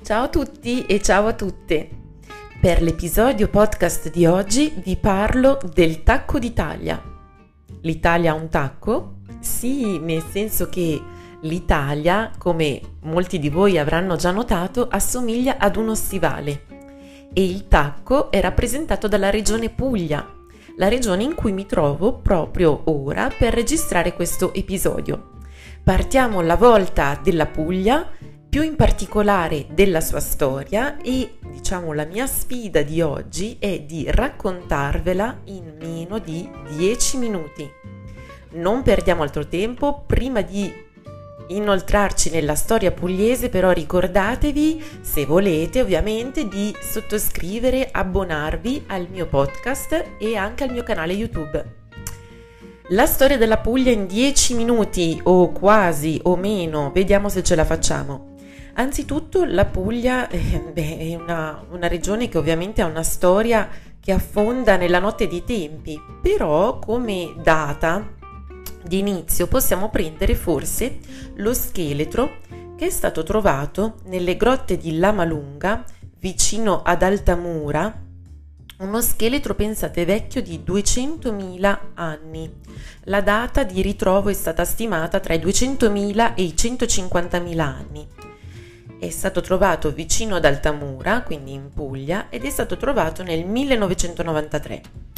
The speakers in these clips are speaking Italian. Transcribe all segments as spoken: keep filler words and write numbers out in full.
Ciao a tutti e ciao a tutte! Per l'episodio podcast di oggi vi parlo del tacco d'Italia. L'Italia ha un tacco? Sì, nel senso che l'Italia, come molti di voi avranno già notato, assomiglia ad uno stivale e il tacco è rappresentato dalla regione Puglia, la regione in cui mi trovo proprio ora per registrare questo episodio. Partiamo alla volta della Puglia, più in particolare della sua storia, e diciamo la mia sfida di oggi è di raccontarvela in meno di dieci minuti. Non perdiamo altro tempo, prima di inoltrarci nella storia pugliese, però ricordatevi, se volete ovviamente, di sottoscrivere, abbonarvi al mio podcast e anche al mio canale YouTube. La storia della Puglia in dieci minuti o quasi o meno, vediamo se ce la facciamo. Anzitutto la Puglia eh, beh, è una, una regione che ovviamente ha una storia che affonda nella notte dei tempi, però come data di inizio possiamo prendere forse lo scheletro che è stato trovato nelle grotte di Lamalunga vicino ad Altamura, uno scheletro, pensate, vecchio di duecentomila anni. La data di ritrovo è stata stimata tra i duecentomila e i centocinquantamila anni. È stato trovato vicino ad Altamura, quindi in Puglia, ed è stato trovato nel millenovecentonovantatré.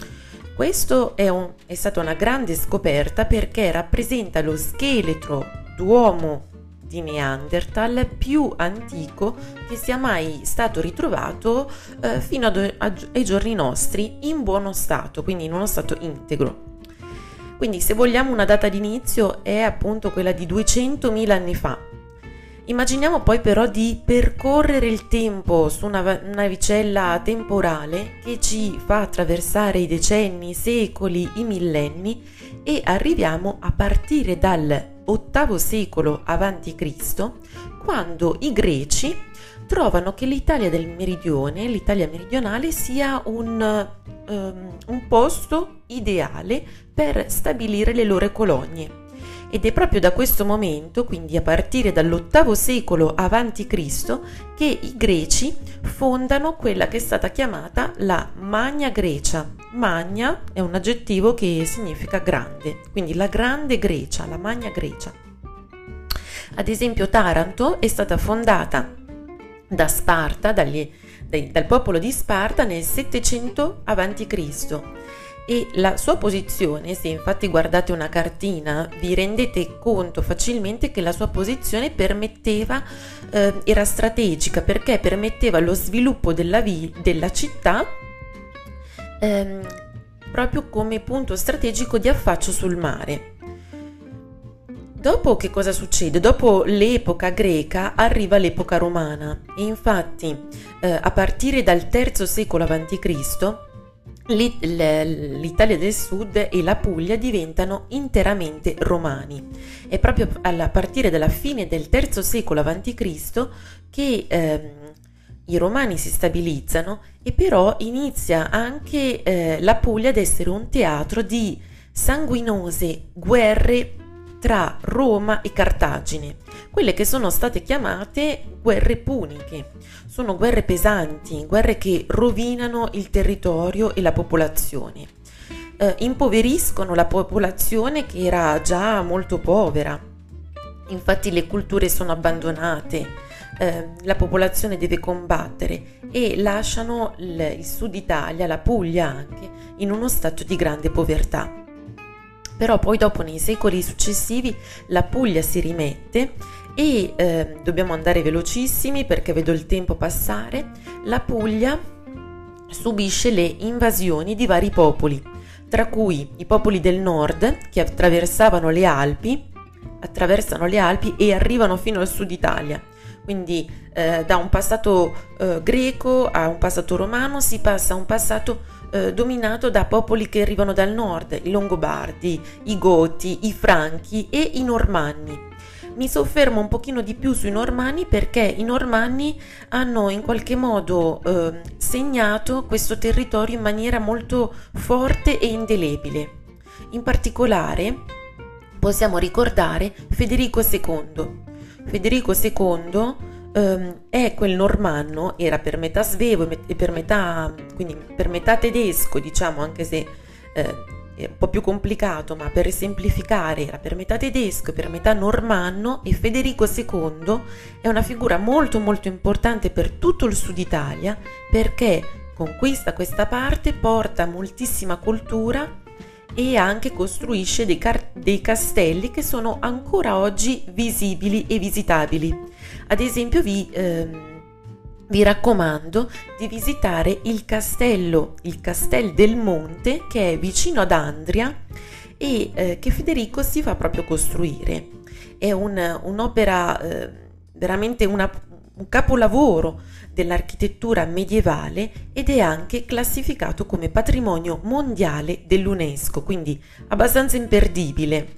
Questo è, un, è stata una grande scoperta perché rappresenta lo scheletro d'uomo di Neanderthal più antico che sia mai stato ritrovato eh, fino ad, a, ai giorni nostri in buono stato, quindi in uno stato integro. Quindi se vogliamo una data di inizio è appunto quella di duecentomila anni fa. Immaginiamo poi però di percorrere il tempo su una navicella temporale che ci fa attraversare i decenni, i secoli, i millenni e arriviamo a partire dal ottavo secolo avanti Cristo, quando i greci trovano che l'Italia del meridione, l'Italia meridionale, sia un, um, un posto ideale per stabilire le loro colonie. Ed è proprio da questo momento, quindi a partire dall'ottavo secolo avanti Cristo, che i greci fondano quella che è stata chiamata la Magna Grecia. Magna è un aggettivo che significa grande, quindi la Grande Grecia, la Magna Grecia. Ad esempio Taranto è stata fondata da Sparta, dagli, dai, dal popolo di Sparta nel settecento avanti Cristo. E la sua posizione, se infatti guardate una cartina, vi rendete conto facilmente che la sua posizione permetteva, eh, era strategica, perché permetteva lo sviluppo della, vi- della città ehm, proprio come punto strategico di affaccio sul mare. Dopo che cosa succede? Dopo l'epoca greca arriva l'epoca romana e infatti eh, a partire dal terzo secolo avanti Cristo l'Italia del Sud e la Puglia diventano interamente romani. È proprio a partire dalla fine del terzo secolo avanti Cristo che ehm, i romani si stabilizzano e però inizia anche eh, la Puglia ad essere un teatro di sanguinose guerre tra Roma e Cartagine, quelle che sono state chiamate guerre puniche. Sono guerre pesanti, guerre che rovinano il territorio e la popolazione, eh, impoveriscono la popolazione che era già molto povera. Infatti le culture sono abbandonate, eh, la popolazione deve combattere e lasciano il, il sud Italia, la Puglia anche, in uno stato di grande povertà. Però poi dopo nei secoli successivi la Puglia si rimette e eh, dobbiamo andare velocissimi perché vedo il tempo passare. La Puglia subisce le invasioni di vari popoli, tra cui i popoli del nord che attraversavano le Alpi, attraversano le Alpi e arrivano fino al sud Italia. Quindi eh, da un passato eh, greco a un passato romano si passa a un passato eh, dominato da popoli che arrivano dal nord, i Longobardi, i Goti, i Franchi e i Normanni. Mi soffermo un pochino di più sui Normanni perché i Normanni hanno in qualche modo eh, segnato questo territorio in maniera molto forte e indelebile. In particolare possiamo ricordare Federico secondo. Federico secondo ehm, è quel normanno, era per metà svevo e per metà, quindi per metà tedesco, diciamo, anche se eh, è un po' più complicato, ma per semplificare era per metà tedesco e per metà normanno, e Federico secondo è una figura molto molto importante per tutto il sud Italia, perché conquista questa parte, porta moltissima cultura e anche costruisce dei, car- dei castelli che sono ancora oggi visibili e visitabili. Ad esempio vi, ehm, vi raccomando di visitare il castello, il Castel del Monte, che è vicino ad Andria e eh, che Federico si fa proprio costruire. È un, un'opera, eh, veramente una, un capolavoro dell'architettura medievale ed è anche classificato come patrimonio mondiale dell'UNESCO, quindi abbastanza imperdibile.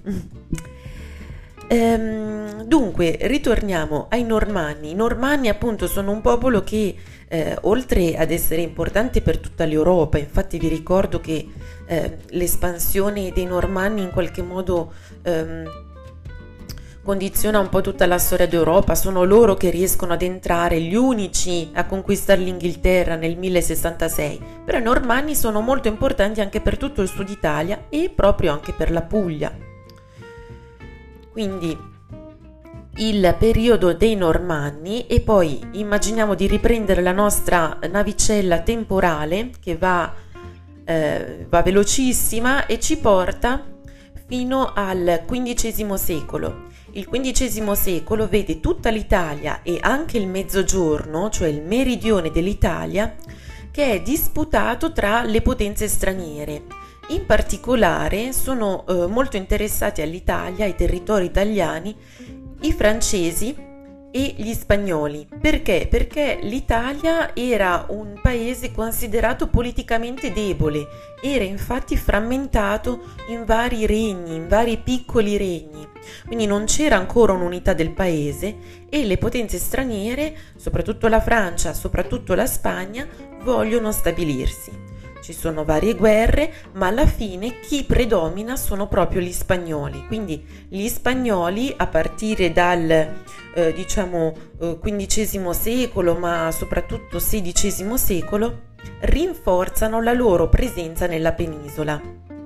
Ehm, dunque, ritorniamo ai Normanni. I Normanni appunto sono un popolo che eh, oltre ad essere importante per tutta l'Europa, infatti vi ricordo che eh, l'espansione dei Normanni in qualche modo ehm, condiziona un po' tutta la storia d'Europa, sono loro che riescono ad entrare, gli unici a conquistare l'Inghilterra nel millesessantasei, però i Normanni sono molto importanti anche per tutto il sud Italia e proprio anche per la Puglia. Quindi il periodo dei Normanni, e poi immaginiamo di riprendere la nostra navicella temporale che va, eh, va velocissima e ci porta fino al quindicesimo secolo. Il quindicesimo secolo vede tutta l'Italia e anche il mezzogiorno, cioè il meridione dell'Italia, che è disputato tra le potenze straniere. In particolare sono eh, molto interessati all'Italia, ai territori italiani, i francesi e gli spagnoli. Perché? Perché l'Italia era un paese considerato politicamente debole, era infatti frammentato in vari regni, in vari piccoli regni, quindi non c'era ancora un'unità del paese e le potenze straniere, soprattutto la Francia, soprattutto la Spagna, vogliono stabilirsi. Ci sono varie guerre, ma alla fine chi predomina sono proprio gli spagnoli. Quindi gli spagnoli, a partire dal eh, diciamo eh, quindicesimo secolo, ma soprattutto sedicesimo secolo, rinforzano la loro presenza nella penisola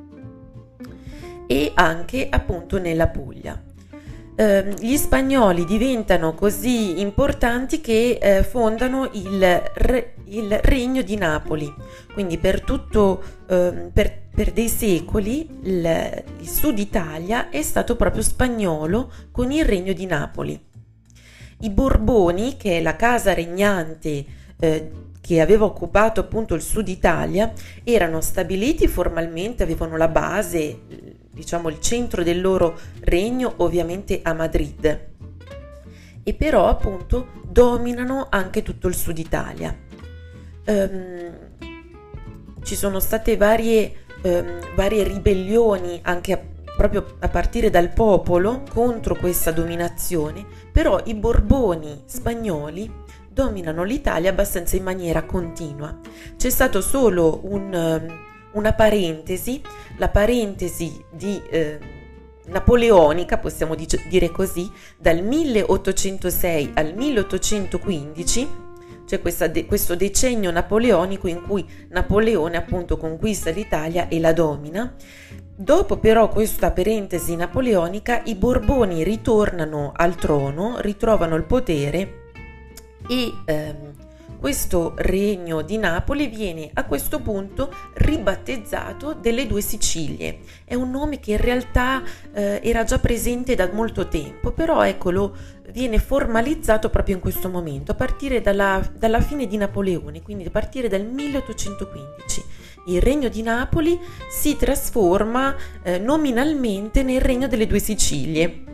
e anche appunto nella Puglia. Eh, gli spagnoli diventano così importanti che eh, fondano il, re, il Regno di Napoli, quindi per tutto eh, per, per dei secoli il, il sud Italia è stato proprio spagnolo con il Regno di Napoli. I Borboni, che è la casa regnante eh, che aveva occupato appunto il sud Italia, erano stabiliti formalmente, avevano la base, diciamo il centro del loro regno ovviamente a Madrid, e però appunto dominano anche tutto il sud Italia. Um, ci sono state varie, um, varie ribellioni anche a, proprio a partire dal popolo contro questa dominazione, però i Borboni spagnoli dominano l'Italia abbastanza in maniera continua. C'è stato solo un um, una parentesi, la parentesi di eh, napoleonica, possiamo dic- dire così, dal milleottocentosei al milleottocentoquindici, cioè questa de- questo decennio napoleonico in cui Napoleone appunto conquista l'Italia e la domina. Dopo però questa parentesi napoleonica, i Borboni ritornano al trono, ritrovano il potere e ehm, questo regno di Napoli viene a questo punto ribattezzato delle due Sicilie. È un nome che in realtà eh, era già presente da molto tempo, però eccolo, viene formalizzato proprio in questo momento, a partire dalla, dalla fine di Napoleone, quindi a partire dal milleottocentoquindici. Il regno di Napoli si trasforma eh, nominalmente nel regno delle due Sicilie.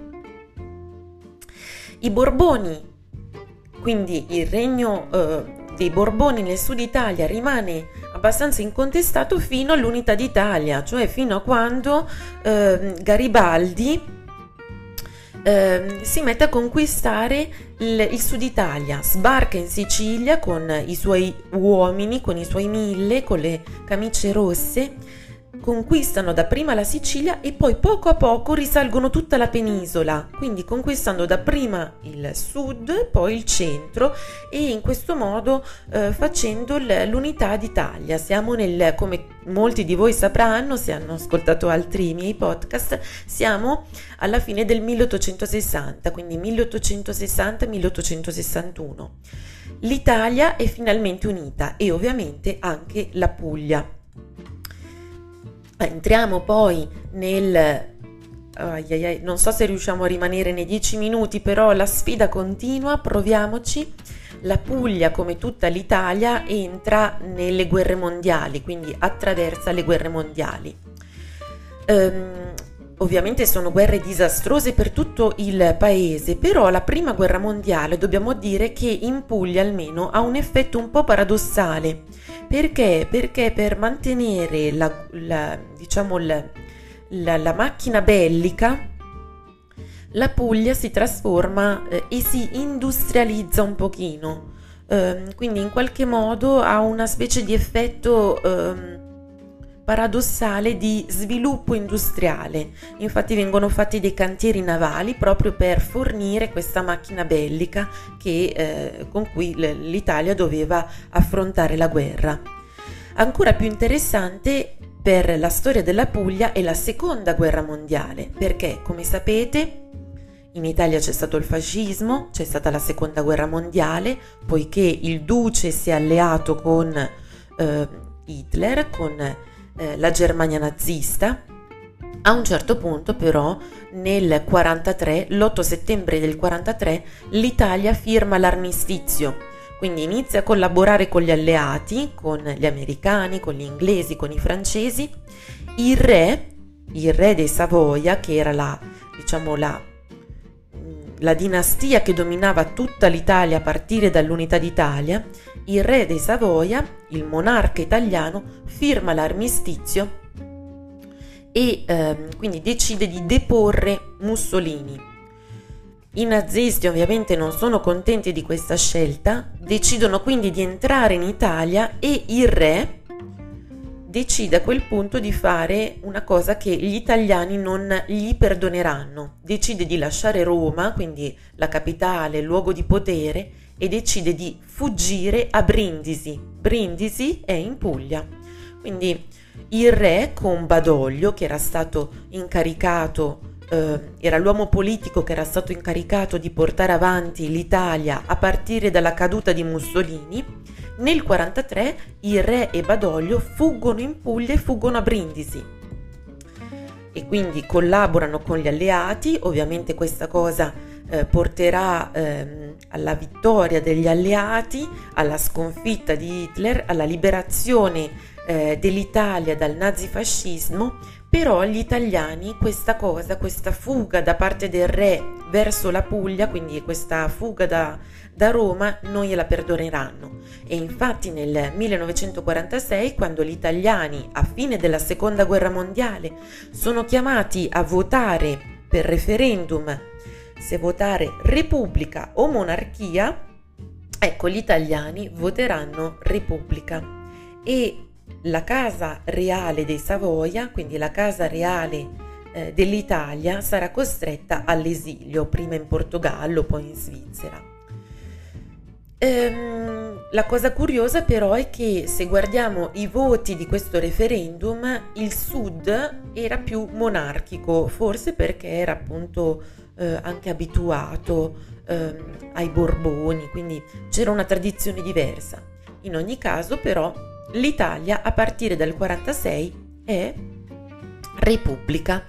I Borboni, quindi il regno eh, dei Borboni nel sud Italia rimane abbastanza incontestato fino all'unità d'Italia, cioè fino a quando eh, Garibaldi eh, si mette a conquistare il, il sud Italia, sbarca in Sicilia con i suoi uomini, con i suoi mille, con le camicie rosse, conquistano dapprima la Sicilia e poi poco a poco risalgono tutta la penisola, quindi conquistando dapprima il sud, poi il centro e in questo modo eh, facendo l- l'unità d'Italia. Siamo nel, come molti di voi sapranno se hanno ascoltato altri miei podcast, siamo alla fine del milleottocentosessanta, quindi milleottocentosessanta milleottocentosessantuno. L'Italia è finalmente unita e ovviamente anche la Puglia. Entriamo poi nel... Ai ai ai, non so se riusciamo a rimanere nei dieci minuti, però la sfida continua, proviamoci. La Puglia, come tutta l'Italia, entra nelle guerre mondiali, quindi attraversa le guerre mondiali. Ehm, ovviamente sono guerre disastrose per tutto il paese, però la prima guerra mondiale dobbiamo dire che in Puglia almeno ha un effetto un po' paradossale. Perché? Perché per mantenere la, la, diciamo la, la, la macchina bellica la Puglia si trasforma eh, e si industrializza un pochino, eh, quindi in qualche modo ha una specie di effetto eh, paradossale di sviluppo industriale. Infatti vengono fatti dei cantieri navali proprio per fornire questa macchina bellica che, eh, con cui l'Italia doveva affrontare la guerra. Ancora più interessante per la storia della Puglia è la seconda guerra mondiale, perché come sapete in Italia c'è stato il fascismo, c'è stata la seconda guerra mondiale, poiché il duce si è alleato con eh, Hitler, con eh, la Germania nazista. A un certo punto però nel quarantatré, l'otto settembre del quarantatré, l'Italia firma l'armistizio, quindi inizia a collaborare con gli alleati, con gli americani, con gli inglesi, con i francesi. Il re, il re dei Savoia, che era la, diciamo la la dinastia che dominava tutta l'Italia a partire dall'unità d'Italia, il re dei Savoia, il monarca italiano, firma l'armistizio e eh, quindi decide di deporre Mussolini. I nazisti ovviamente non sono contenti di questa scelta, decidono quindi di entrare in Italia e il re decide a quel punto di fare una cosa che gli italiani non gli perdoneranno. Decide di lasciare Roma, quindi la capitale, il luogo di potere, e decide di fuggire a Brindisi. Brindisi è in Puglia. Quindi il re con Badoglio, che era stato incaricato, eh, era l'uomo politico che era stato incaricato di portare avanti l'Italia a partire dalla caduta di Mussolini, nel quarantatré il re e Badoglio fuggono in Puglia e fuggono a Brindisi e quindi collaborano con gli alleati. Ovviamente questa cosa eh, porterà ehm, alla vittoria degli alleati, alla sconfitta di Hitler, alla liberazione eh, dell'Italia dal nazifascismo. Però gli italiani questa cosa, questa fuga da parte del re verso la Puglia, quindi questa fuga da, da Roma, non gliela perdoneranno. E infatti nel millenovecentoquarantasei, quando gli italiani a fine della seconda guerra mondiale sono chiamati a votare per referendum se votare repubblica o monarchia, ecco, gli italiani voteranno repubblica e la casa reale dei Savoia, quindi la casa reale eh, dell'Italia, sarà costretta all'esilio, prima in Portogallo, poi in Svizzera. Ehm, la cosa curiosa però è che se guardiamo i voti di questo referendum, il sud era più monarchico, forse perché era appunto eh, anche abituato eh, ai Borboni, quindi c'era una tradizione diversa. In ogni caso però l'Italia a partire dal quarantasei è repubblica.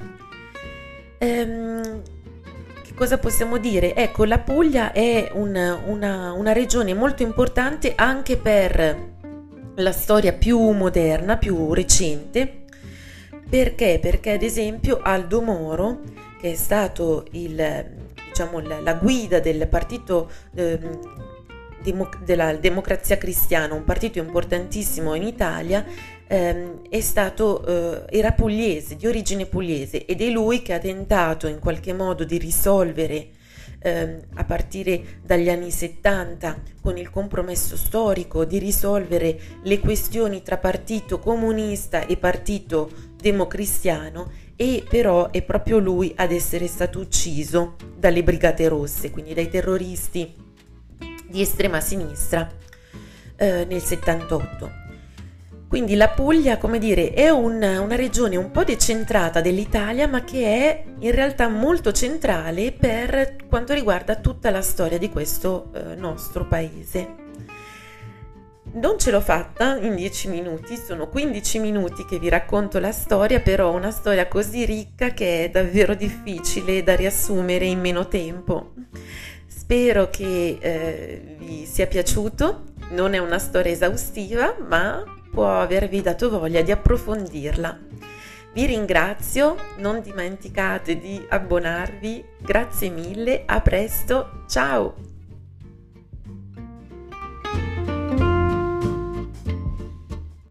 Ehm, che cosa possiamo dire? Ecco, la Puglia è un, una, una regione molto importante anche per la storia più moderna, più recente. Perché? Perché ad esempio Aldo Moro, che è stato il, diciamo, la, la guida del partito eh, della Democrazia Cristiana, un partito importantissimo in Italia, ehm, è stato, eh, era pugliese, di origine pugliese, ed è lui che ha tentato in qualche modo di risolvere eh, a partire dagli anni settanta con il compromesso storico di risolvere le questioni tra partito comunista e partito democristiano, e però è proprio lui ad essere stato ucciso dalle Brigate Rosse, quindi dai terroristi di estrema sinistra eh, nel settantotto. Quindi la Puglia, come dire, è una, una regione un po' decentrata dell'Italia, ma che è in realtà molto centrale per quanto riguarda tutta la storia di questo eh, nostro paese. Non ce l'ho fatta in dieci minuti, sono quindici minuti che vi racconto la storia, però una storia così ricca che è davvero difficile da riassumere in meno tempo. Spero che eh, vi sia piaciuto, non è una storia esaustiva, ma può avervi dato voglia di approfondirla. Vi ringrazio, non dimenticate di abbonarvi, grazie mille, a presto, ciao!